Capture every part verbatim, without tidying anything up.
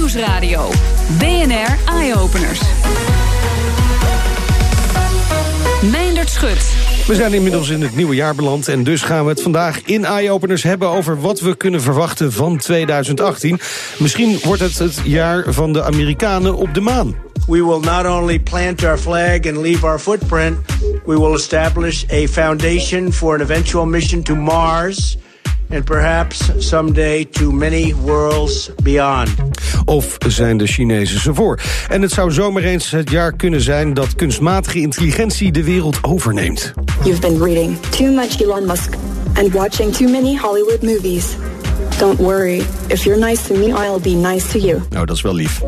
Nieuwsradio. B N R Eye-Openers. Meindert Schut. We zijn inmiddels in het nieuwe jaar beland en dus gaan we het vandaag in Eye-Openers hebben over wat we kunnen verwachten van tweeduizend achttien. Misschien wordt het het jaar van de Amerikanen op de maan. We will not only plant our flag and leave our footprint, we will establish a foundation for an eventual mission to Mars and perhaps someday to many worlds beyond. Of zijn de Chinezen ze voor? En het zou zomaar eens het jaar kunnen zijn dat kunstmatige intelligentie de wereld overneemt. You've been reading too much Elon Musk and watching too many Hollywood movies. Don't worry, if you're nice to me, I'll be nice to you. Nou, dat is wel lief.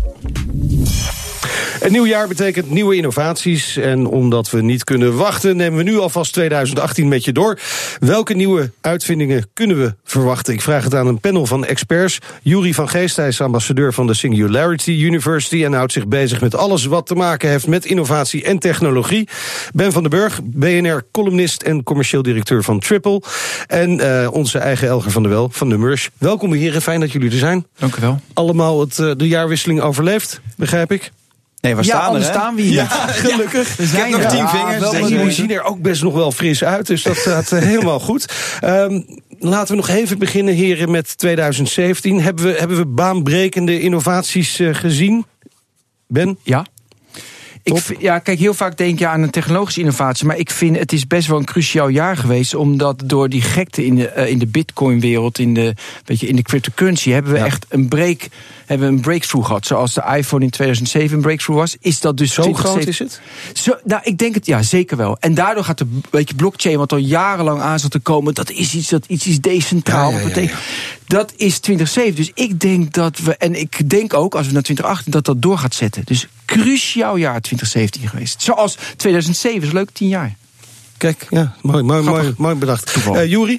Een nieuw jaar betekent nieuwe innovaties. En omdat we niet kunnen wachten, nemen we nu alvast tweeduizend achttien met je door. Welke nieuwe uitvindingen kunnen we verwachten? Ik vraag het aan een panel van experts. Juri van Geest, hij is ambassadeur van de Singularity University en houdt zich bezig met alles wat te maken heeft met innovatie en technologie. Ben van den Burg, B N R-columnist en commercieel directeur van Triple. En uh, onze eigen Elger van der Wel van Numbers. Welkom heren, fijn dat jullie er zijn. Dank u wel. Allemaal het, uh, de jaarwisseling overleefd, begrijp ik. Nee, we ja, staan er, hè? staan we hier. Ja, gelukkig. We zijn Ik heb nog tien vingers. En jullie zien er ook best nog wel fris uit, dus dat gaat uh, helemaal goed. Um, laten we nog even beginnen, heren, met tweeduizend zeventien. Hebben we, hebben we baanbrekende innovaties uh, gezien? Ben? Ja. Ik vind, ja, kijk, heel vaak denk je aan een technologische innovatie, maar ik vind het is best wel een cruciaal jaar geweest, omdat door die gekte in de, uh, in de Bitcoin-wereld, in de, weet je, in de cryptocurrency, hebben we ja. echt een break, hebben we een breakthrough gehad. Zoals de iPhone in tweeduizend zeven een breakthrough was, is dat dus zo groot is het? Zo, nou, ik denk het, ja, zeker wel. En daardoor gaat de weet je, blockchain, wat al jarenlang aan zat te komen, dat is iets dat iets is decentraal. Ja, ja, ja, ja. Dat is twintig zeven. Dus ik denk dat we, en ik denk ook als we naar twintig achttien dat dat door gaat zetten. Dus cruciaal jaar twintig zeventien geweest. Zoals tweeduizend zeven, is leuk, tien jaar. Kijk, ja, mooi, mooi, mooi, mooi bedacht. Uh, Juri?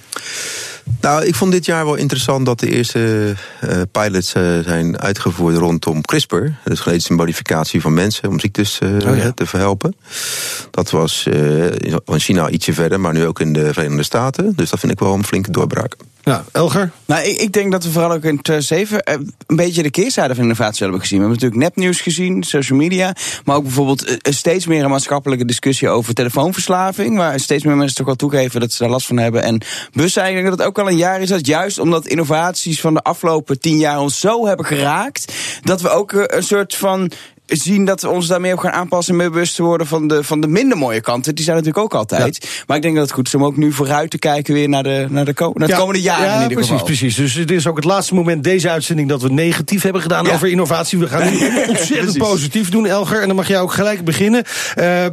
Nou, ik vond dit jaar wel interessant dat de eerste uh, pilots uh, zijn uitgevoerd rondom CRISPR. Dus genetische modificatie van mensen om ziektes uh, oh ja. te verhelpen. Dat was uh, in China ietsje verder, maar nu ook in de Verenigde Staten. Dus dat vind ik wel een flinke doorbraak. Ja, Elger? Nou, ik, ik denk dat we vooral ook in tweeduizend zeven een beetje de keerzijde van innovatie hebben gezien. We hebben natuurlijk nepnieuws gezien, social media, maar ook bijvoorbeeld steeds meer een maatschappelijke discussie over telefoonverslaving, waar steeds meer mensen toch wel toegeven dat ze daar last van hebben. En bewustzijn, ik denk dat het ook wel een jaar is dat juist omdat innovaties van de afgelopen tien jaar ons zo hebben geraakt, dat we ook een soort van zien dat we ons daarmee op gaan aanpassen en meer bewust te worden van de, van de minder mooie kanten. Die zijn natuurlijk ook altijd. Ja. Maar ik denk dat het goed is om ook nu vooruit te kijken weer naar, de, naar, de, naar het ja. komende jaren ja, in ieder precies, geval. Precies, dus het is ook het laatste moment deze uitzending dat we negatief hebben gedaan ja. over innovatie. We gaan nu ontzettend positief doen, Elger. En dan mag jij ook gelijk beginnen. Uh,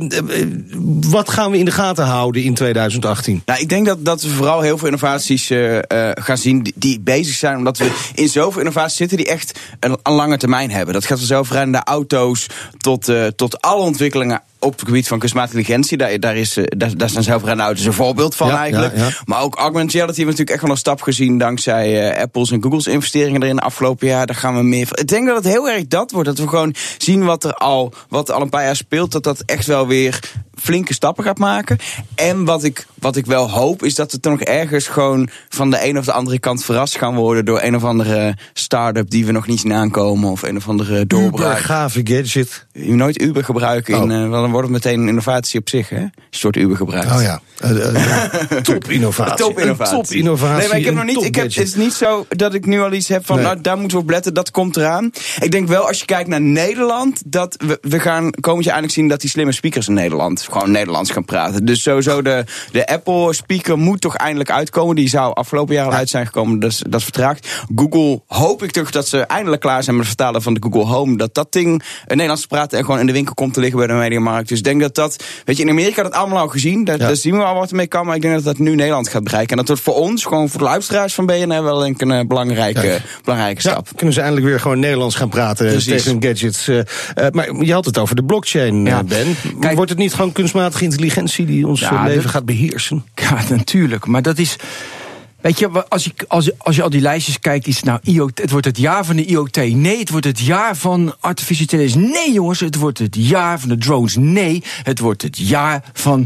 wat gaan we in de gaten houden in tweeduizend achttien? Nou, ik denk dat, dat we vooral heel veel innovaties uh, uh, gaan zien die, die bezig zijn, omdat we in zoveel innovaties zitten die echt een, een lange termijn hebben. Dat gaat vanzelf rijdende auto's tot, uh, tot alle ontwikkelingen op het gebied van kunstmatige intelligentie. Daar, daar, is, daar, daar zijn zelfrijdende auto's een voorbeeld van ja, eigenlijk. Ja, ja. Maar ook augmented reality hebben we natuurlijk echt wel een stap gezien dankzij uh, Apple's en Google's investeringen erin de afgelopen jaar. Daar gaan we meer van. Ik denk dat het heel erg dat wordt. Dat we gewoon zien wat er al, wat er al een paar jaar speelt. Dat dat echt wel weer flinke stappen gaat maken. En wat ik, wat ik wel hoop is dat we toch nog ergens gewoon van de een of de andere kant verrast gaan worden door een of andere start-up die we nog niet zien aankomen. Of een of andere doorbraak. Uber, gave gadget. Je nooit Uber gebruiken in, oh. uh, dan wordt het meteen een innovatie op zich, hè? Een soort Uber gebruikt. Oh ja. Uh, uh, top innovatie. Top innovatie. Top innovatie. Nee, maar ik heb nog niet. Ik heb, het is niet zo dat ik nu al iets heb van, nee. nou, daar moeten we op letten. Dat komt eraan. Ik denk wel, als je kijkt naar Nederland, dat we, we gaan komend jaar eindelijk zien dat die slimme speakers in Nederland gewoon Nederlands gaan praten. Dus sowieso de, de Apple speaker moet toch eindelijk uitkomen. Die zou afgelopen jaar al uit zijn gekomen. Dus dat is vertraagd. Google hoop ik toch dat ze eindelijk klaar zijn met het vertalen van de Google Home. Dat dat ding Nederlands praten en gewoon in de winkel komt te liggen bij de Mediamarkt. Dus ik denk dat dat, weet je, in Amerika dat allemaal al gezien. Dat, ja. Daar zien we al wat ermee kan. Maar ik denk dat dat nu Nederland gaat bereiken. En dat wordt voor ons, gewoon voor de luisteraars van B N R, wel denk ik een belangrijke, ja. belangrijke stap. Ja, kunnen ze eindelijk weer gewoon Nederlands gaan praten Precies. tegen gadgets. Uh, uh, maar je had het over de blockchain, ja. Ben. Kijk, wordt het niet gewoon kunstmatige intelligentie die ons ja, leven dat, gaat beheersen? Ja, natuurlijk. Maar dat is... Weet je, als je, als, je, als je al die lijstjes kijkt, is het nou I O T, het wordt het jaar van de I O T. Nee, het wordt het jaar van artificial intelligence. Nee, jongens, het wordt het jaar van de drones. Nee, het wordt het jaar van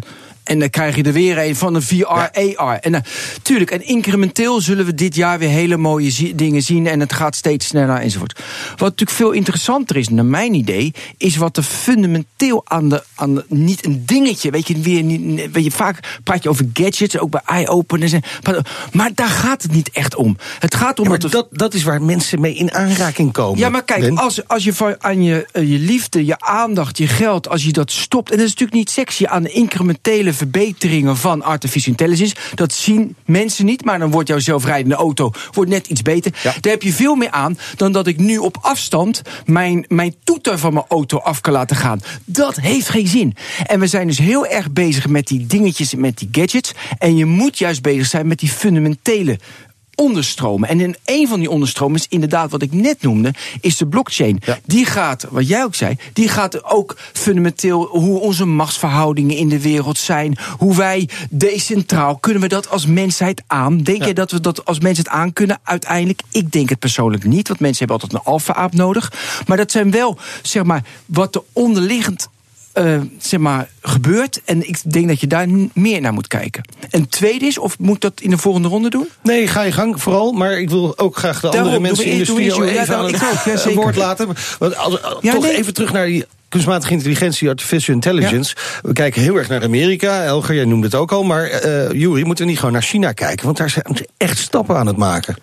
En dan krijg je er weer een van een V R, ja. A R. En natuurlijk, uh, en incrementeel zullen we dit jaar weer hele mooie zi- dingen zien. En het gaat steeds sneller enzovoort. Wat natuurlijk veel interessanter is, naar mijn idee, is wat er fundamenteel aan de, aan de niet een dingetje, weet je, weer niet, weet je, vaak praat je over gadgets, ook bij eye-openers. Maar daar gaat het niet echt om. Het gaat om ja, dat, dat, dat is waar mensen mee in aanraking komen. Ja, maar kijk, als, als je van, aan je, je liefde, je aandacht, je geld, als je dat stopt, en dat is natuurlijk niet sexy aan de incrementele verbeteringen van artificial intelligence, dat zien mensen niet, maar dan wordt jouw zelfrijdende auto wordt net iets beter. Ja. Daar heb je veel meer aan dan dat ik nu op afstand mijn, mijn toeter van mijn auto af kan laten gaan. Dat heeft geen zin. En we zijn dus heel erg bezig met die dingetjes, met die gadgets, en je moet juist bezig zijn met die fundamentele onderstromen. En in een van die onderstromen is inderdaad wat ik net noemde, is de blockchain. Ja. Die gaat, wat jij ook zei, die gaat ook fundamenteel hoe onze machtsverhoudingen in de wereld zijn, hoe wij decentraal, kunnen we dat als mensheid aan? Denk ja. je dat we dat als mensheid aan kunnen uiteindelijk? Ik denk het persoonlijk niet, want mensen hebben altijd een alfa-aap nodig. Maar dat zijn wel, zeg maar, wat er onderliggend Uh, zeg maar, gebeurt. En ik denk dat je daar meer naar moet kijken. En tweede is, of moet dat in de volgende ronde doen? Nee, ga je gang vooral. Maar ik wil ook graag de Daarom, andere mensen in de studio even ja, aan het ja, ja, woord laten. Want als, ja, toch nee. even terug naar die kunstmatige intelligentie, artificial intelligence. Ja. We kijken heel erg naar Amerika. Elger, jij noemde het ook al. Maar uh, Juri, moeten we niet gewoon naar China kijken? Want daar zijn ze echt stappen aan het maken.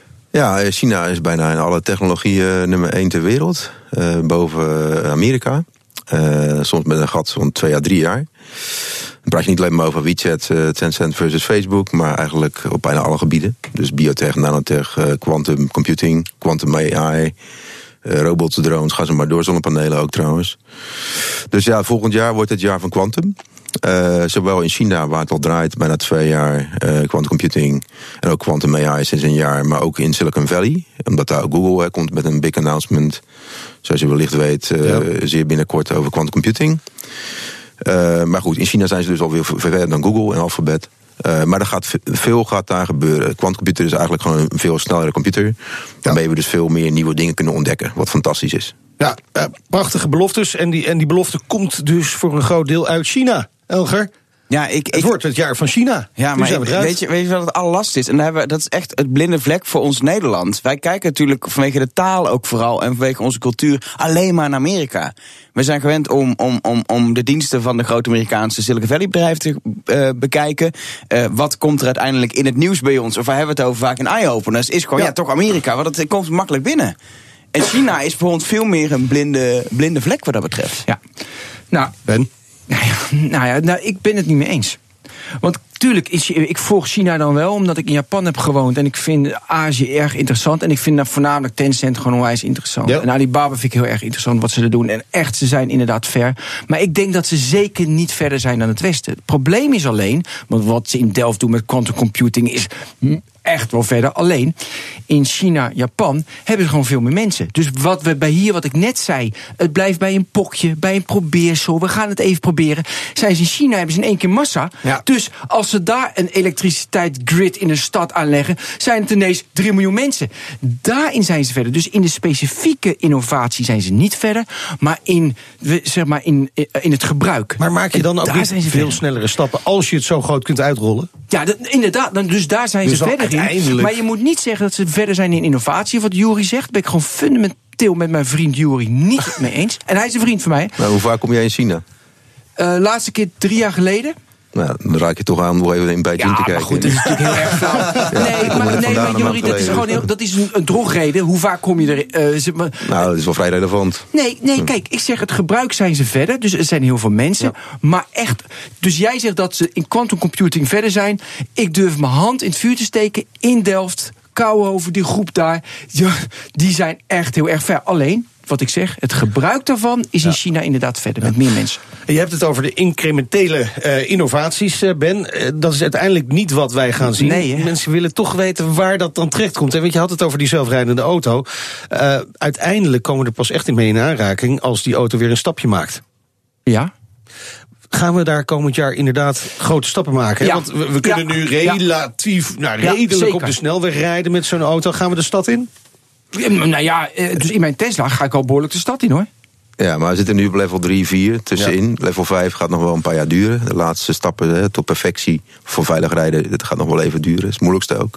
Ja, China is bijna in alle technologieën nummer één ter wereld. Uh, boven Amerika. Uh, soms met een gat van twee à drie jaar. Dan praat je niet alleen maar over WeChat, uh, Tencent versus Facebook, maar eigenlijk op bijna alle gebieden. Dus biotech, nanotech, uh, quantum computing, quantum A I, uh, robots, drones, ga ze maar door, zonnepanelen ook trouwens. Dus ja, volgend jaar wordt het jaar van quantum. Uh, zowel in China, waar het al draait, bijna twee jaar, uh, quantum computing en ook quantum A I sinds een jaar, maar ook in Silicon Valley, omdat daar Google hè, komt met een big announcement, zoals je wellicht weet, uh, ja. zeer binnenkort over quantum computing. Uh, maar goed, in China zijn ze dus alweer verder dan Google en Alphabet. Uh, maar er gaat veel gaat daar gebeuren. Quantum computer is eigenlijk gewoon een veel snellere computer, waarmee ja. we dus veel meer nieuwe dingen kunnen ontdekken, wat fantastisch is. Ja, uh, prachtige beloftes. En die, en die belofte komt dus voor een groot deel uit China. Elger? Ja, ik, het ik, wordt het jaar van China. Ja, maar ik, weet, je, weet je wat het allerlast is? En daar hebben we, dat is echt het blinde vlek voor ons Nederland. Wij kijken natuurlijk vanwege de taal ook vooral en vanwege onze cultuur alleen maar naar Amerika. We zijn gewend om, om, om, om de diensten van de grote Amerikaanse Silicon Valley bedrijven te uh, bekijken. Uh, wat komt er uiteindelijk in het nieuws bij ons? Of waar hebben we het over vaak in eye-openers? Is gewoon ja. ja toch Amerika, want het komt makkelijk binnen. En China is bijvoorbeeld veel meer een blinde, blinde vlek wat dat betreft. Ja. Nou, Ben? Nou ja, nou ja, nou, ik ben het niet mee eens. Want tuurlijk, is, ik volg China dan wel, omdat ik in Japan heb gewoond. En ik vind Azië erg interessant. En ik vind voornamelijk Tencent gewoon onwijs interessant. Ja. En Alibaba vind ik heel erg interessant wat ze er doen. En echt, ze zijn inderdaad ver. Maar ik denk dat ze zeker niet verder zijn dan het Westen. Het probleem is alleen, want wat ze in Delft doen met quantum computing is echt wel verder. Alleen, in China, Japan, hebben ze gewoon veel meer mensen. Dus wat we bij hier, wat ik net zei, het blijft bij een pokje, bij een probeersel. We gaan het even proberen. Zijn ze in China, hebben ze in één keer massa. Ja. Dus als ze daar een elektriciteitsgrid in de stad aanleggen, zijn het ineens drie miljoen mensen. Daarin zijn ze verder. Dus in de specifieke innovatie zijn ze niet verder, maar in, zeg maar in, in het gebruik. Maar maak je dan ook niet veel verder. snellere stappen als je het zo groot kunt uitrollen? Ja, dat, inderdaad. Dan, dus daar zijn dus ze verder in. Maar je moet niet zeggen dat ze verder zijn in innovatie. Wat Juri zegt, ben ik gewoon fundamenteel met mijn vriend Juri niet mee eens. En hij is een vriend van mij. Maar hoe vaak kom jij in China? Uh, laatste keer drie jaar geleden. Nou, dan raak je toch aan om even in Beijing ja, te kijken. Ja, maar goed, dat is natuurlijk heel erg flauw. ja, nee, maar, nee, maar Juri, dat is gewoon heel, dat is een, een drogreden. Hoe vaak kom je er... Uh, maar, nou, dat is wel vrij relevant. Nee, nee, kijk, ik zeg het gebruik zijn ze verder. Dus er zijn heel veel mensen. Ja. Maar echt... Dus jij zegt dat ze in quantum computing verder zijn. Ik durf mijn hand in het vuur te steken. In Delft, Kouwenhoven, die groep daar. Ja, die zijn echt heel erg ver. Alleen... Wat ik zeg, het gebruik daarvan is in China inderdaad verder, met meer mensen. Je hebt het over de incrementele uh, innovaties, uh, Ben. Uh, dat is uiteindelijk niet wat wij gaan zien. Nee, mensen willen toch weten waar dat dan terecht komt. En weet je, had het over die zelfrijdende auto. Uh, uiteindelijk komen we er pas echt in mee in aanraking als die auto weer een stapje maakt. Ja. Gaan we daar komend jaar inderdaad grote stappen maken? Ja. Want we, we kunnen ja. nu relatief, ja. nou, redelijk ja, op de snelweg rijden met zo'n auto. Gaan we de stad in? Nou ja, dus in mijn Tesla ga ik al behoorlijk de stad in, hoor. Ja, maar we zitten nu op level drie, vier tussenin. Ja. Level vijf gaat nog wel een paar jaar duren. De laatste stappen hè, tot perfectie voor veilig rijden, dat gaat nog wel even duren. Dat is het moeilijkste ook.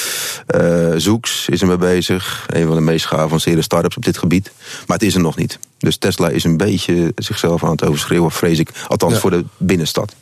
Uh, Zoox is er mee bezig. Een van de meest geavanceerde start-ups op dit gebied. Maar het is er nog niet. Dus Tesla is een beetje zichzelf aan het overschreeuwen, vrees ik. Althans ja. voor de binnenstad.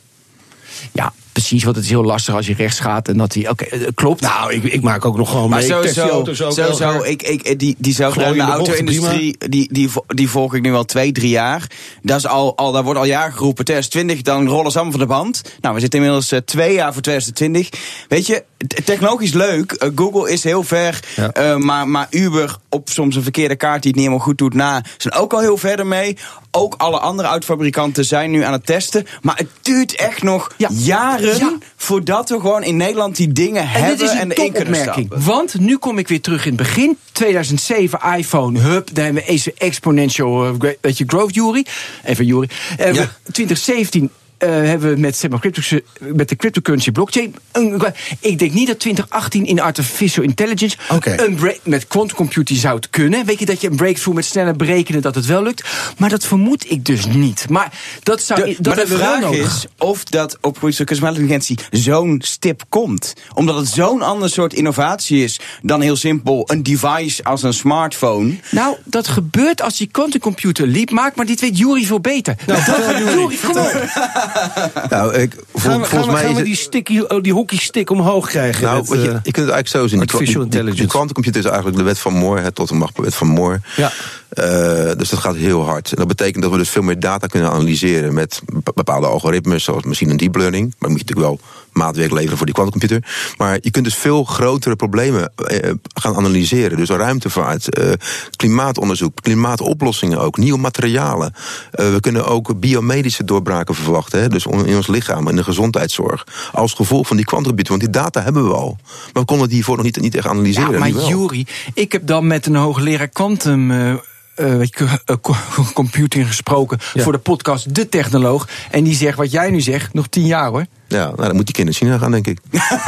Ja, precies, want het is heel lastig als je rechts gaat en dat hij... Oké, okay, klopt. Nou, ik, ik maak ook nog gewoon maar mee. Sowieso, sowieso ik, ik, die, die zelfrijdende auto-industrie, die, die, die volg ik nu al twee, drie jaar. Dat is al, al, daar wordt al jaren geroepen, twintig twintig, dan rollen ze allemaal van de band. Nou, we zitten inmiddels uh, twee jaar voor twintig twintig. Weet je, technologisch leuk. Uh, Google is heel ver, ja. uh, maar, maar Uber op soms een verkeerde kaart die het niet helemaal goed doet na, zijn ook al heel verder mee. Ook alle andere autofabrikanten zijn nu aan het testen. Maar het duurt echt nog ja. jaren ja. voordat we gewoon in Nederland die dingen en hebben dit is en erin kunnen stappen. Want nu kom ik weer terug in het begin. tweeduizend zeven iPhone, hup, daar hebben we exponential uh, weet je, growth, Juri. Even Juri. Uh, ja. twintig zeventien Uh, hebben we met, zeg maar, crypto, met de cryptocurrency blockchain. Een, ik denk niet dat twintig achttien in artificial intelligence okay. een break, met quantum computing zou het kunnen. Weet je dat je een breakthrough met sneller berekenen dat het wel lukt. Maar dat vermoed ik dus niet. Maar dat zou de, dat maar de vraag wel is of dat op kunstmatige intelligentie zo'n stip komt. Omdat het zo'n ander soort innovatie is dan heel simpel een device als een smartphone. Nou, dat gebeurt als die quantum computer leap maakt, maar dit weet Juri veel beter. Nou, dat Juri, kom op. Nou, ik, vol, gaan we, volgens gaan we, mij gaan is we het, die, sticky, die hockeystick omhoog krijgen? Nou, met, je, je kunt het eigenlijk zo zien. Artificial die, intelligence. Die quantumcomputer is eigenlijk de wet van Moore, het tot de macht wet van Moore. Ja. Uh, dus dat gaat heel hard. En dat betekent dat we dus veel meer data kunnen analyseren met bepaalde algoritmes, zoals misschien een deep learning. Maar dan moet je natuurlijk wel maatwerk leveren voor die quantumcomputer. Maar je kunt dus veel grotere problemen uh, gaan analyseren. Dus ruimtevaart, uh, klimaatonderzoek, klimaatoplossingen ook, nieuwe materialen. Uh, we kunnen ook biomedische doorbraken verwachten. Hè? Dus in ons lichaam, in de gezondheidszorg. Als gevolg van die quantumcomputer. Want die data hebben we al. Maar we konden die hiervoor nog niet, niet echt analyseren. Ja, maar Juri, ik heb dan met een hoogleraar quantum Uh, Uh, weet je, uh, computing gesproken ja. voor de podcast De Technoloog. En die zegt wat jij nu zegt, nog tien jaar hoor. Ja, nou, dan moet die kind in China gaan, denk ik.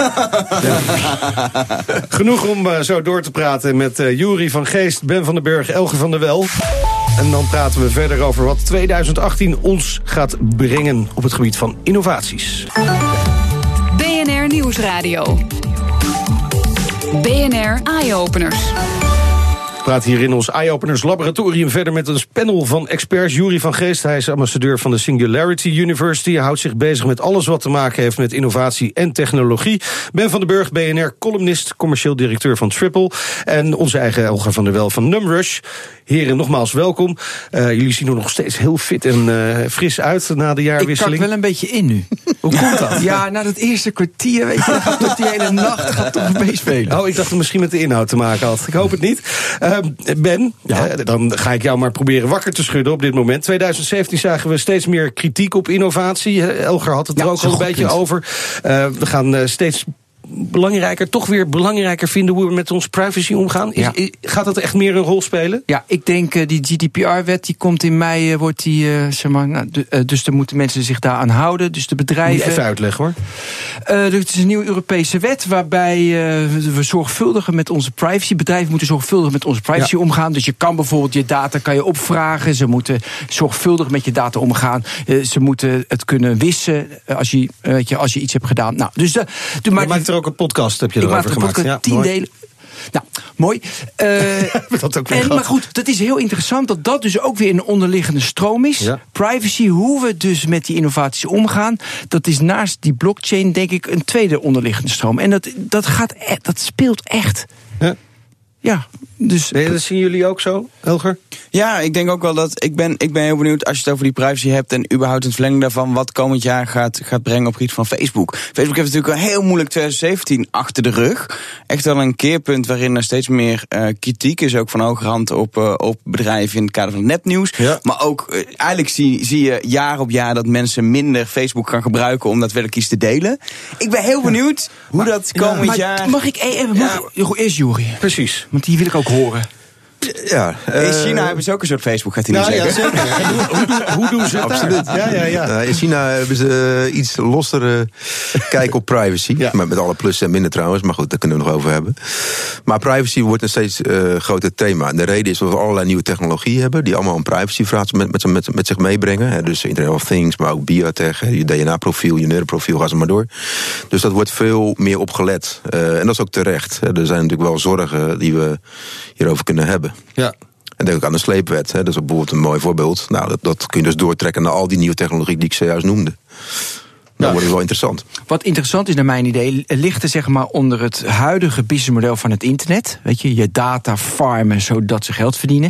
Ja. Genoeg om uh, zo door te praten met uh, Juri van Geest, Ben van den Burg, Elge van der Wel. En dan praten we verder over wat tweeduizend achttien ons gaat brengen op het gebied van innovaties. B N R Nieuwsradio. B N R Eye-Openers. We praten hier in ons Eye-Openers laboratorium verder met een panel van experts. Juri van Geest, hij is ambassadeur van de Singularity University. Hij houdt zich bezig met alles wat te maken heeft met innovatie en technologie. Ben van den Burg, B N R-columnist, commercieel directeur van Triple. En onze eigen Elga van der Wel van Numrush. Heren, nogmaals welkom. Uh, jullie zien er nog steeds heel fit en uh, fris uit na de jaarwisseling. Ik kak wel een beetje in nu. Hoe komt dat? Ja, na dat eerste kwartier, weet je, dan gaat toch die hele nacht gaat toch meespelen. Oh, ik dacht dat het misschien met de inhoud te maken had. Ik hoop het niet. Uh, Ben, ja. uh, dan ga ik jou maar proberen wakker te schudden op dit moment. tweeduizend zeventien zagen we steeds meer kritiek op innovatie. Elger had het ja, er ook al een beetje punt. over. Uh, we gaan uh, steeds belangrijker, toch weer belangrijker vinden hoe we met onze privacy omgaan. Is, ja. Gaat dat echt meer een rol spelen? Ja, ik denk uh, die G D P R-wet, die komt in mei, uh, wordt die, uh, zeg maar, nou, de, uh, dus dan moeten mensen zich daaraan houden. Dus de bedrijven. Moet je even uitleggen hoor. Uh, het is een nieuwe Europese wet waarbij uh, we zorgvuldiger met onze privacy, bedrijven moeten zorgvuldig met onze privacy ja. omgaan. Dus je kan bijvoorbeeld je data kan je opvragen. Ze moeten zorgvuldig met je data omgaan. Uh, ze moeten het kunnen wissen uh, als je, uh, weet je, als je iets hebt gedaan. Nou, dus de, de, maar je maakt er ook een podcast, heb je erover gemaakt. Ik maak er een podcast, tien delen. Nou, mooi. Uh, dat ook weer en, maar goed, dat is heel interessant dat dat dus ook weer een onderliggende stroom is. Ja. Privacy, hoe we dus met die innovaties omgaan, dat is naast die blockchain denk ik een tweede onderliggende stroom. En dat, dat, gaat, dat speelt echt. Ja. Ja, dus. Nee, dat zien jullie ook zo, Elger? Ja, ik denk ook wel dat. Ik ben, ik ben heel benieuwd als je het over die privacy hebt en überhaupt het verlenging daarvan, wat komend jaar gaat, gaat brengen op het gebied van Facebook. Facebook heeft natuurlijk een heel moeilijk twintig zeventien achter de rug. Echt wel een keerpunt waarin er steeds meer uh, kritiek is, ook van hogerhand op, uh, op bedrijven in het kader van het nepnieuws. Ja. Maar ook uh, eigenlijk zie, zie je jaar op jaar dat mensen minder Facebook gaan gebruiken om daadwerkelijk iets te delen. Ik ben heel benieuwd ja. hoe maar, dat komend ja, jaar. Mag ik even? Mag ja. ik, eerst Juri. Precies. Want die wil ik ook horen. Ja, uh, in China hebben ze ook een soort Facebook, gaat hij nou, niet ja, zeggen. zeker. En hoe, hoe, doen, hoe doen ze het Absoluut. daar? Ja, ja, ja. Uh, in China hebben ze uh, iets lossere kijk op privacy. Ja. Maar met alle plussen en minnen trouwens. Maar goed, daar kunnen we nog over hebben. Maar privacy wordt een steeds uh, groter thema. En de reden is dat we allerlei nieuwe technologieën hebben die allemaal een privacyvraag met, met, met, met zich meebrengen. Hè. Dus Internet of Things, maar ook biotech, je D N A-profiel, je neuroprofiel, ga ze maar door. Dus dat wordt veel meer opgelet. Uh, en dat is ook terecht. Hè. Er zijn natuurlijk wel zorgen die we hierover kunnen hebben. Ja. En denk ook aan de sleepwet. Hè. Dat is bijvoorbeeld een mooi voorbeeld. Nou, dat, dat kun je dus doortrekken naar al die nieuwe technologie die ik zojuist noemde. Dan wordt het wel interessant. Wat interessant is naar mijn idee, ligt er zeg maar onder het huidige businessmodel van het internet. Weet je, je data farmen zodat ze geld verdienen.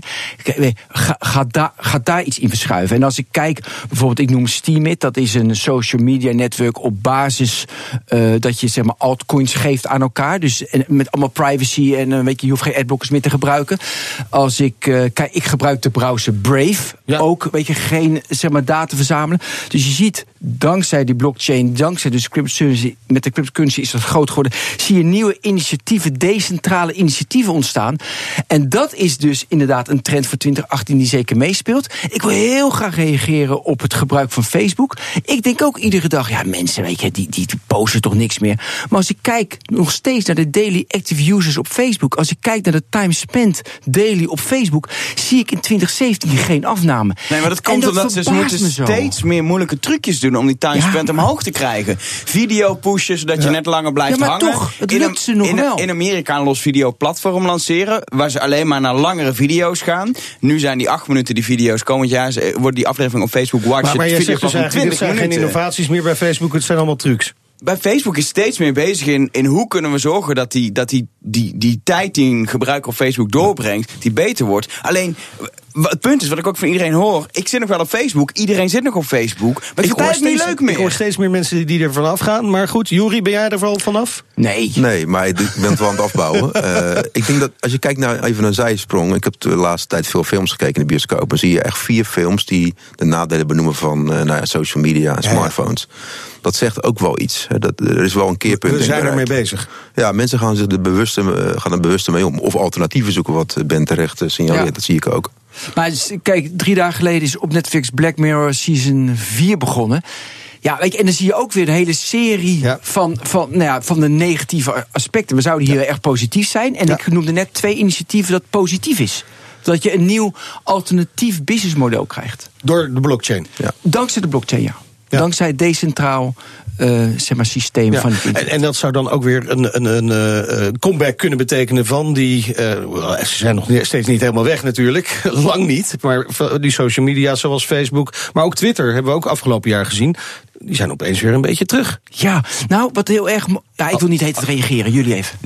Ga, ga, da, ga daar iets in verschuiven. En als ik kijk, bijvoorbeeld ik noem Steemit, dat is een social media netwerk op basis uh, dat je zeg maar altcoins geeft aan elkaar. Dus en met allemaal privacy en uh, weet je, je hoeft geen adblockers meer te gebruiken. Als ik uh, kijk, ik gebruik de browser Brave, ja. ook, weet je, geen zeg maar data verzamelen. Dus je ziet, dankzij die blockchain, dankzij dus cryptocurrency, met de cryptocurrency is dat groot geworden, zie je nieuwe initiatieven, decentrale initiatieven ontstaan. En dat is dus inderdaad een trend voor twintig achttien die zeker meespeelt. Ik wil heel graag reageren op het gebruik van Facebook. Ik denk ook iedere dag, ja mensen, weet je, die, die, die posten toch niks meer. Maar als ik kijk nog steeds naar de daily active users op Facebook, als ik kijk naar de time spent daily op Facebook, zie ik in twintig zeventien geen afname. Nee, maar dat komt dat omdat ze moeten steeds meer moeilijke trucjes doen om die time ja, spent omhoog te krijgen. Video pushen, zodat je ja. net langer blijft ja, maar hangen. Toch, het lukt ze nog in, wel. In Amerika een los videoplatform lanceren, waar ze alleen maar naar langere video's gaan. Nu zijn die acht minuten die video's. Komend jaar wordt die aflevering op Facebook Watch. Maar, maar jij zegt dus eigenlijk, dit zijn minuten. geen innovaties meer bij Facebook, het zijn allemaal trucs. Bij Facebook is steeds meer bezig in, in hoe kunnen we zorgen dat die, dat die, die, die tijd die een gebruiker op Facebook doorbrengt, die beter wordt. Alleen, het punt is, wat ik ook van iedereen hoor, ik zit nog wel op Facebook, iedereen zit nog op Facebook, maar ik vind het niet leuk meer. Ik hoor steeds meer mensen die, die er vanaf gaan, maar goed, Juri, ben jij er wel vanaf? Nee. Nee, maar ik ben het wel aan het afbouwen. uh, ik denk dat, als je kijkt naar even een zijsprong, ik heb de laatste tijd veel films gekeken in de bioscoop, dan zie je echt vier films die de nadelen benoemen van uh, nou ja, social media en smartphones. Ja. Dat zegt ook wel iets. Dat, er is wel een keerpunt. We zijn in ermee bezig. Ja, mensen gaan, zich er bewuste, gaan er bewust mee om. Of alternatieven zoeken, wat Ben terecht signaleert. Ja. Dat zie ik ook. Maar kijk, drie dagen geleden is op Netflix Black Mirror season vier begonnen. Ja, weet je, en dan zie je ook weer een hele serie ja. van, van, nou ja, van de negatieve aspecten. We zouden hier ja. erg positief zijn. En ja. ik noemde net twee initiatieven dat positief is. Dat je een nieuw alternatief businessmodel krijgt. Door de blockchain? Ja. Dankzij de blockchain, ja. Ja. Dankzij het decentraal uh, zeg maar, systeem ja. van het internet. En, en dat zou dan ook weer een, een, een, een comeback kunnen betekenen van die... Uh, ze zijn nog steeds niet helemaal weg natuurlijk, lang niet. Maar die social media zoals Facebook, maar ook Twitter hebben we ook afgelopen jaar gezien. Die zijn opeens weer een beetje terug. Ja, nou, wat heel erg... Mo- ja, ik wil niet heet reageren, jullie even.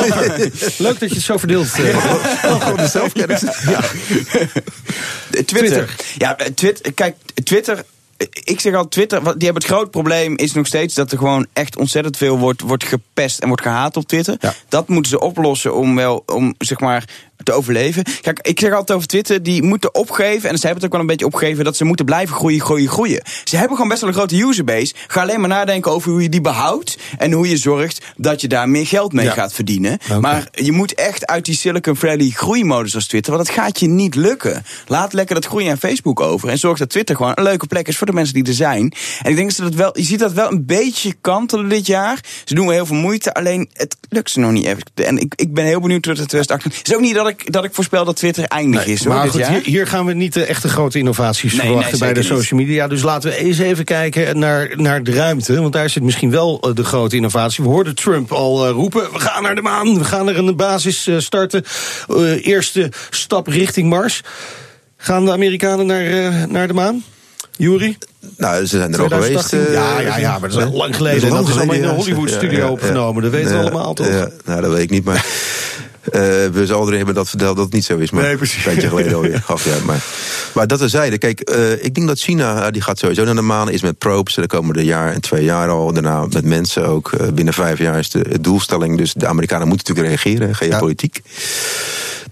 Leuk dat je het zo verdeelt. Gewoon de zelfkennis. Ja. Twitter. Twitter. Ja, Twitter. Kijk, Twitter... Ik zeg al, Twitter, die hebben het groot probleem is nog steeds dat er gewoon echt ontzettend veel wordt, wordt gepest en wordt gehaat op Twitter. Ja. Dat moeten ze oplossen om wel, om zeg maar te overleven. Kijk, ik zeg altijd over Twitter, die moeten opgeven, en ze hebben het ook wel een beetje opgegeven, dat ze moeten blijven groeien, groeien, groeien. Ze hebben gewoon best wel een grote userbase. Ga alleen maar nadenken over hoe je die behoudt en hoe je zorgt dat je daar meer geld mee ja. gaat verdienen. Okay. Maar je moet echt uit die Silicon Valley groeimodus als Twitter, want dat gaat je niet lukken. Laat lekker dat groeien aan Facebook over en zorg dat Twitter gewoon een leuke plek is voor de mensen die er zijn. En ik denk dat ze dat wel, je ziet dat wel een beetje kantelen dit jaar. Ze doen wel heel veel moeite, alleen het lukt ze nog niet even. En ik, ik ben heel benieuwd tot twintig achttien. Het is ook niet dat ik, dat ik voorspel dat Twitter eindig nee, is. Hoor, maar dit goed, jaar. Hier, hier gaan we niet de echte grote innovaties nee, verwachten nee, bij de social media. Dus laten we eens even kijken naar, naar de ruimte. Want daar zit misschien wel de grote innovatie. We hoorden Trump al uh, roepen, we gaan naar de maan. We gaan er een basis uh, starten. Uh, eerste stap richting Mars. Gaan de Amerikanen naar, uh, naar de maan? Juri? Nou, ze zijn er al geweest. Uh, ja, ja, ja, maar dat is al lang geleden. Dat is, lang dat is allemaal in de Hollywood-studio ja, ja, ja, opgenomen. Dat weten ja, we allemaal, toch? Ja, nou, dat weet ik niet, maar... Uh, we zouden hebben dat verteld dat het niet zo is. Maar nee, precies. Een tijdje geleden alweer. Gaf, ja, maar, maar dat terzijde. Kijk, uh, ik denk dat China, die gaat sowieso naar de maan. Is met probes de komende jaar en twee jaar al. Daarna met mensen ook. Uh, binnen vijf jaar is de doelstelling. Dus de Amerikanen moeten natuurlijk reageren, geopolitiek. Ja.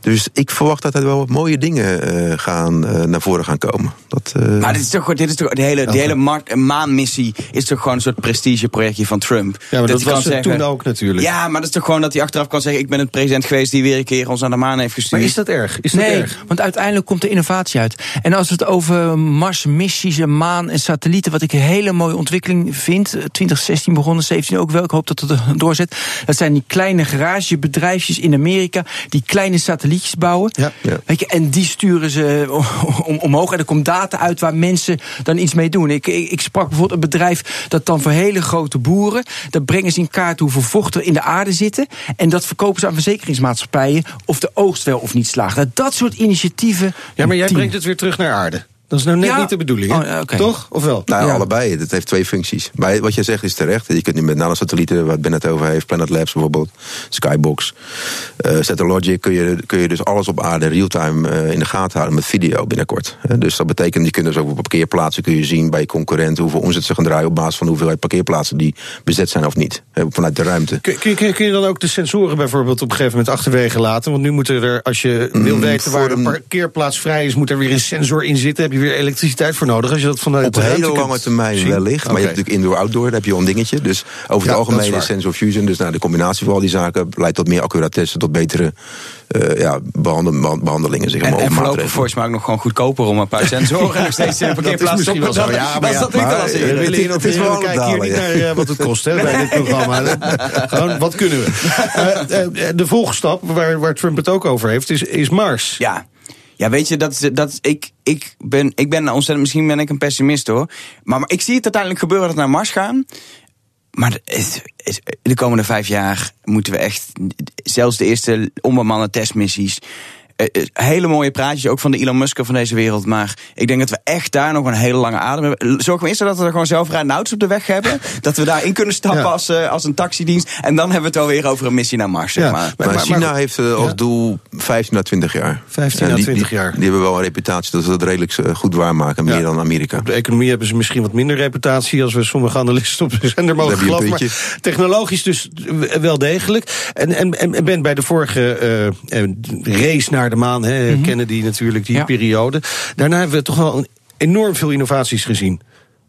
Dus ik verwacht dat er wel wat mooie dingen uh, gaan, uh, naar voren gaan komen. Dat, uh... Maar dit is toch, dit is toch de hele, de hele Mar- maanmissie is toch gewoon een soort prestigeprojectje van Trump. Ja, maar dat, dat was het zeggen, toen ook natuurlijk. Ja, maar dat is toch gewoon dat hij achteraf kan zeggen, ik ben het president geweest die weer een keer ons aan de maan heeft gestuurd. Maar is dat erg? Is dat nee, erg? want uiteindelijk komt de innovatie uit. En als we het over Mars-missies en maan en satellieten, wat ik een hele mooie ontwikkeling vind, twintig zestien begonnen, zeventien ook wel, ik hoop dat het er doorzet. Dat zijn die kleine garagebedrijfjes in Amerika die kleine satellietjes bouwen. Ja, ja. Weet je, en die sturen ze om, omhoog en er komt data uit waar mensen dan iets mee doen. Ik, ik, ik sprak bijvoorbeeld een bedrijf dat dan voor hele grote boeren, dat brengen ze in kaart hoeveel vocht er in de aarde zitten en dat verkopen ze aan verzekeringsmaatschappijen of de oogst wel of niet slaagt. Dat, dat soort initiatieven. Ja, maar jij team. brengt het weer terug naar aarde. Dat is nou net ja. niet de bedoeling, hè? Oh, okay. Toch? Of wel? Nou, ja. allebei. Het heeft twee functies. Maar wat jij zegt is terecht. Je kunt nu met nanosatellieten, wat Ben het over heeft, Planet Labs bijvoorbeeld, Skybox, uh, Satellogic, kun je, kun je dus alles op aarde real-time uh, in de gaten houden met video binnenkort. Uh, dus dat betekent, je kunt dus ook op parkeerplaatsen kun je zien bij je concurrenten hoeveel omzet ze gaan draaien op basis van hoeveelheid parkeerplaatsen die bezet zijn of niet. Uh, vanuit de ruimte. Kun, kun, kun je dan ook de sensoren bijvoorbeeld op een gegeven moment achterwege laten? Want nu moet er, als je wil mm, weten waar een... de parkeerplaats vrij is, moet er weer een sensor in zitten. Heb je weer elektriciteit voor nodig als je dat vanuit op de een ruimte hele lange termijn zien? wellicht. Maar okay. je hebt natuurlijk indoor-outdoor, daar heb je al een dingetje. Dus over ja, het algemeen is is sensor fusion. Dus nou, de combinatie van al die zaken leidt tot meer accuratesse, tot betere uh, ja, behandel, behandelingen. Zeg maar, en en voorlopig maatregelen. volgens mij ook nog gewoon goedkoper om een paar sensoren nog steeds in de parkeerplaats op te zo. Ja, maar ja, dat maar, als we willen in het is wel we kijken hier niet naar uh, wat het kost hè, nee. bij dit programma. Gewoon, wat kunnen we? Uh, uh, de volgstap, waar, waar Trump het ook over heeft, is, is Mars. Ja. Ja, weet je, dat, dat, ik, ik, ben, ik ben ontzettend, misschien ben ik een pessimist hoor. Maar, maar ik zie het uiteindelijk gebeuren dat we naar Mars gaan. Maar het, het, de komende vijf jaar moeten we echt, zelfs de eerste onbemande testmissies, Uh, hele mooie praatjes, ook van de Elon Musk van deze wereld. Maar ik denk dat we echt daar nog een hele lange adem hebben. Zorgen we eerst dat we er gewoon zelfrijdende auto's op de weg hebben. Dat we daarin kunnen stappen ja. als, uh, als een taxidienst. En dan hebben we het alweer over een missie naar Mars. Zeg ja. maar. Maar, maar China maar, heeft uh, als ja. doel vijftien à twintig jaar. vijftien à twintig jaar. Die, die hebben wel een reputatie dat ze dat redelijk uh, goed waarmaken. Meer ja. dan Amerika. Op de economie hebben ze misschien wat minder reputatie als we sommige analisten op de zender mogen geloven. Maar technologisch dus wel degelijk. En, en, en Ben, bij de vorige uh, race naar de maan, hè, mm-hmm. Kennedy natuurlijk, die ja. periode. Daarna hebben we toch wel een enorm veel innovaties gezien.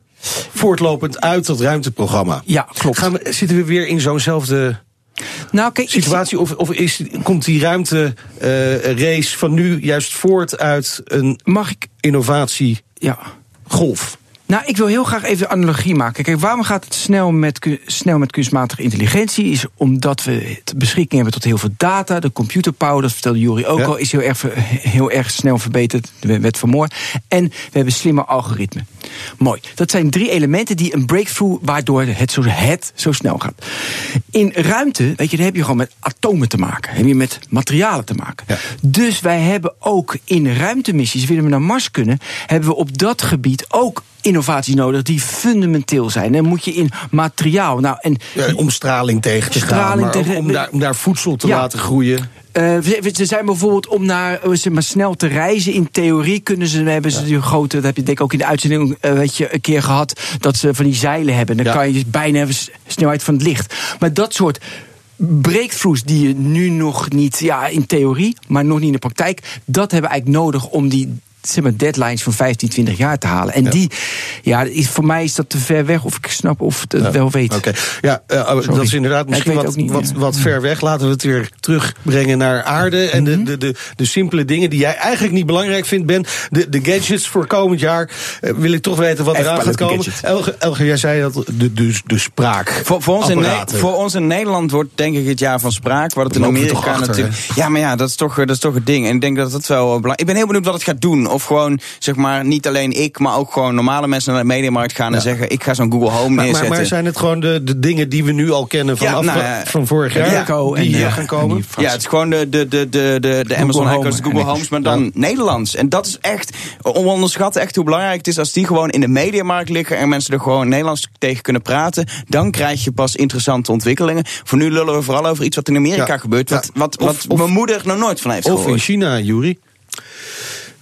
Voortlopend uit dat ruimteprogramma. Ja, klopt. Gaan we, zitten we weer in zo'nzelfde nou, kijk, situatie? Of, of is, komt die ruimte uh, race van nu juist voort uit een Mag ik? innovatie ja. golf? Nou, ik wil heel graag even de analogie maken. Kijk, waarom gaat het snel met, snel met kunstmatige intelligentie? Is omdat we het beschikking hebben tot heel veel data. De computerpower, dat vertelde Juri ook ja. al, is heel erg, heel erg snel verbeterd. De wet van Moore. En we hebben slimme algoritmen. Mooi. Dat zijn drie elementen die een breakthrough, waardoor het zo, het zo snel gaat. In ruimte, weet je, daar heb je gewoon met atomen te maken. Heb je met materialen te maken. Ja. Dus wij hebben ook in ruimtemissies, willen we naar Mars kunnen, hebben we op dat gebied ook innovaties nodig die fundamenteel zijn. Dan moet je in materiaal. Nou, en ja, om straling tegen te gaan, maar tegen, om, daar, om daar voedsel te ja. laten groeien. Uh, ze zijn bijvoorbeeld om naar zeg maar, snel te reizen. In theorie kunnen ze, hebben ze die grote, dat heb je denk ik ook in de uitzending uh, weet je, een keer gehad, dat ze van die zeilen hebben. Dan ja. kan je dus bijna hebben snelheid van het licht. Maar dat soort breakthroughs die je nu nog niet, ja, in theorie, maar nog niet in de praktijk, dat hebben we eigenlijk nodig om die, zeg maar, deadlines van vijftien, twintig jaar te halen. En ja. die, ja, is, voor mij is dat te ver weg, of ik snap of het ja. wel weet. Oké, okay. ja, uh, dat is inderdaad misschien wat, niet, wat, wat ver weg. Laten we het weer terugbrengen naar aarde. En mm-hmm. de, de, de, de simpele dingen die jij eigenlijk niet belangrijk vindt, Ben. De, de gadgets voor komend jaar. Uh, wil ik toch weten wat eraan gaat komen. Elger, Elger, jij zei dat, de, de, de spraak. Voor, voor, ons in ne- voor ons in Nederland wordt denk ik het jaar van spraak. Wat het in Amerika achter, natuurlijk. Hè? Ja, maar ja, dat is, toch, dat is toch het ding. En ik denk dat dat wel belangrijk. Ik ben heel benieuwd wat het gaat doen. Of gewoon, zeg maar, niet alleen ik, maar ook gewoon normale mensen naar de mediamarkt gaan ja. en zeggen, ik ga zo'n Google Home maar, neerzetten. Maar, maar zijn het gewoon de, de dingen die we nu al kennen van, ja, af, nou, ja, van vorig jaar, ja, die hier ja, gaan komen? Ja, het is gewoon de, de, de, de, de, de Amazon Home Echo's, de Google Homes, maar dan ja. Nederlands. En dat is echt, ononderschatten echt hoe belangrijk het is als die gewoon in de mediamarkt liggen en mensen er gewoon Nederlands tegen kunnen praten. Dan krijg je pas interessante ontwikkelingen. Voor nu lullen we vooral over iets wat in Amerika ja. gebeurt, wat, ja. wat, wat of, mijn moeder nog nooit van heeft of gehoord. Of in China, Juri.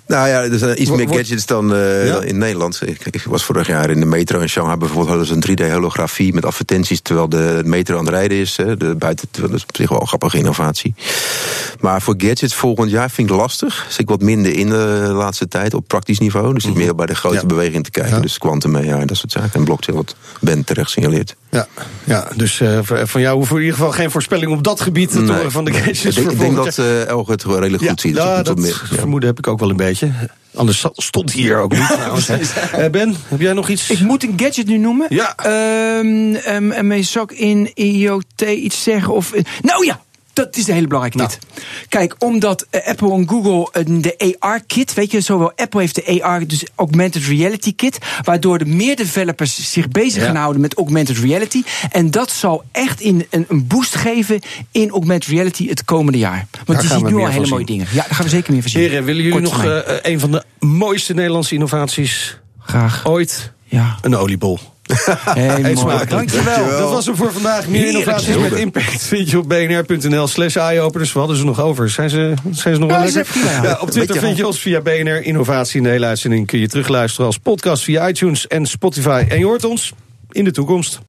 Nou ja, er zijn iets meer Wordt- gadgets dan uh, Ja? in Nederland. Ik, ik was vorig jaar in de metro in Shanghai bijvoorbeeld. Hadden ze een drie D-holografie met advertenties terwijl de metro aan het rijden is. Hè, de buiten, dat is op zich wel een grappige innovatie. Maar voor gadgets volgend jaar vind ik lastig. Zit ik wat minder in de laatste tijd op praktisch niveau. Dus mm-hmm. meer bij de grote Ja. beweging te kijken. Ja. Dus quantum A I en dat soort zaken. En blockchain, wat Ben terecht signaleert. Ja, ja, dus uh, van jou hoeven we in ieder geval geen voorspelling op dat gebied te Nee. horen van de gadgets. Ik denk, voor ik denk volgend dat uh, Elge het gewoon redelijk Ja, goed ziet. ja, het dat wat meer- ja. vermoeden heb ik ook wel een beetje. Anders stond hij hier ook niet. trouwens. Uh, Ben, heb jij nog iets? Ik moet een gadget nu noemen. Ja. Um, um, en mij zou ik in I O T iets zeggen? Of, nou ja, dat is een hele belangrijke Nou. dit. Kijk, omdat uh, Apple en Google uh, de A R-kit, weet je, zowel Apple heeft de A R, dus Augmented Reality Kit, waardoor de meer developers zich bezig Ja. gaan houden met Augmented Reality. En dat zal echt in, een, een boost geven in Augmented Reality het komende jaar. Want Daar je gaan ziet we nu meer al hele van mooie zien. dingen. Ja, daar gaan we zeker meer van zien. Heren, willen jullie Kort nog termijn. uh, een van de mooiste Nederlandse innovaties Graag. ooit? Ja. Een oliebol. Hey, Eet mooi. smakelijk. Dankjewel. Dat was hem voor vandaag. Meer Heerlijk, innovaties zeg. met impact vind je op bnr.nl slash eyeopeners. We hadden ze nog over. Zijn ze, zijn ze nog Ja, wel ze lekker? zijn prima, ja. Ja, op Twitter vind je ons via B N R Innovatie. De hele uitzending kun je terugluisteren als podcast via iTunes en Spotify. En je hoort ons in de toekomst.